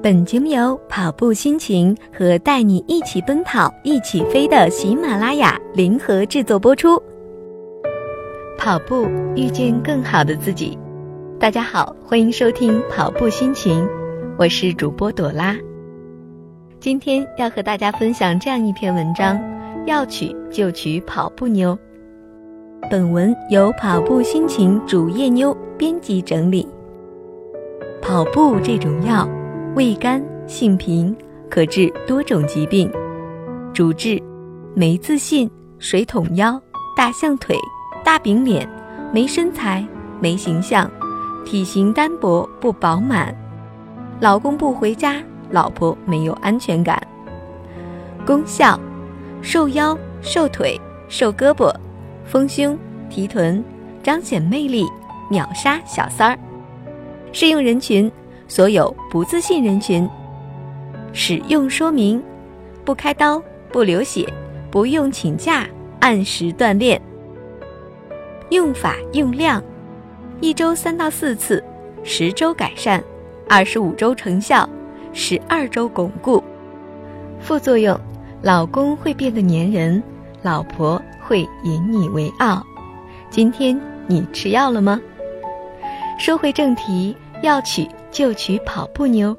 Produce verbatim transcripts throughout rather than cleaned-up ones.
本节目由跑步心情和带你一起奔跑一起飞的喜马拉雅联合制作播出。跑步遇见更好的自己。大家好，欢迎收听跑步心情，我是主播朵拉。今天要和大家分享这样一篇文章，要娶就娶跑步妞。本文由跑步心情主页妞编辑整理。跑步这种药，味甘性平，可治多种疾病。主治没自信、水桶腰、大象腿、大饼脸、没身材、没形象、体型单薄不饱满，老公不回家，老婆没有安全感。功效：瘦腰、瘦腿、瘦胳膊、丰胸、提臀，彰显魅力，秒杀小三儿。适用人群：所有不自信人群。使用说明：不开刀，不流血，不用请假，按时锻炼。用法用量：一周三到四次，十周改善，二十五周成效，十二周巩固。副作用：老公会变得粘人，老婆会引你为傲。今天你吃药了吗？说回正题，要娶就娶跑步妞。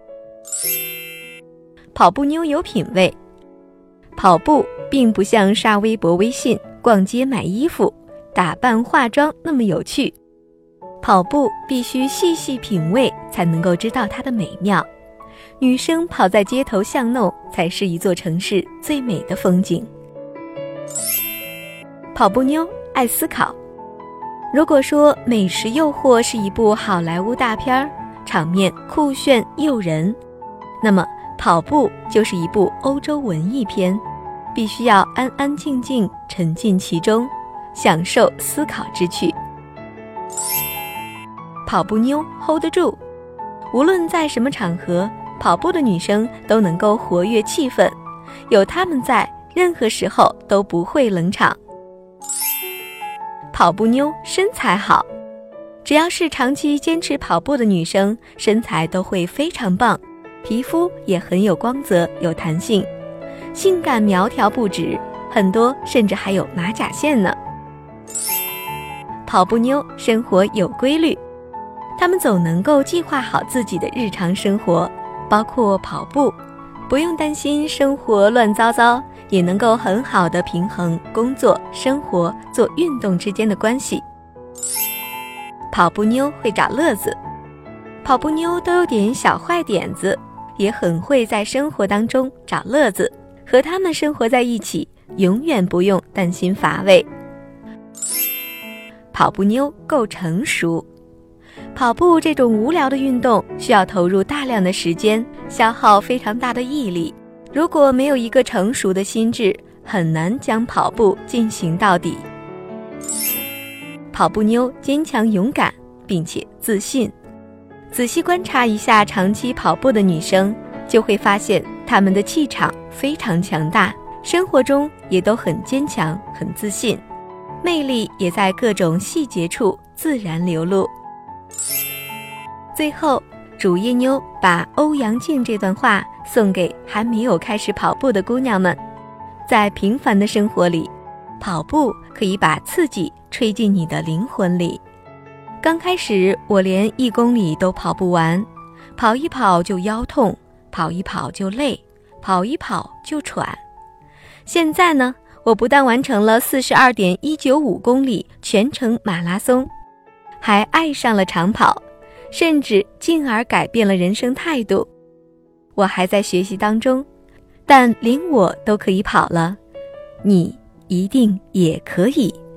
跑步妞有品位。跑步并不像刷微博微信、逛街买衣服、打扮化妆那么有趣，跑步必须细细品味才能够知道它的美妙。女生跑在街头巷弄，才是一座城市最美的风景。跑步妞爱思考。如果说《美食诱惑》是一部好莱坞大片，场面酷炫诱人，那么跑步就是一部欧洲文艺片，必须要安安静静沉浸其中，享受思考之趣。跑步妞 hold 得住，无论在什么场合，跑步的女生都能够活跃气氛，有她们在，任何时候都不会冷场。跑步妞身材好，只要是长期坚持跑步的女生，身材都会非常棒，皮肤也很有光泽有弹性，性感苗条不止，很多甚至还有马甲线呢。跑步妞生活有规律，她们总能够计划好自己的日常生活，包括跑步，不用担心生活乱糟糟，也能够很好的平衡工作、生活、做运动之间的关系。跑步妞会找乐子，跑步妞都有点小坏点子，也很会在生活当中找乐子，和他们生活在一起，永远不用担心乏味。跑步妞够成熟。跑步这种无聊的运动需要投入大量的时间，消耗非常大的毅力，如果没有一个成熟的心智，很难将跑步进行到底。跑步妞坚强勇敢，并且自信。仔细观察一下长期跑步的女生，就会发现她们的气场非常强大，生活中也都很坚强很自信，魅力也在各种细节处自然流露。最后，主页妞把欧阳靖这段话送给还没有开始跑步的姑娘们。在平凡的生活里，跑步可以把刺激吹进你的灵魂里。刚开始我连一公里都跑不完，跑一跑就腰痛，跑一跑就累，跑一跑就喘。现在呢，我不但完成了 四十二点一九五公里全程马拉松，还爱上了长跑，甚至进而改变了人生态度。我还在学习当中，但连我都可以跑了，你一定也可以。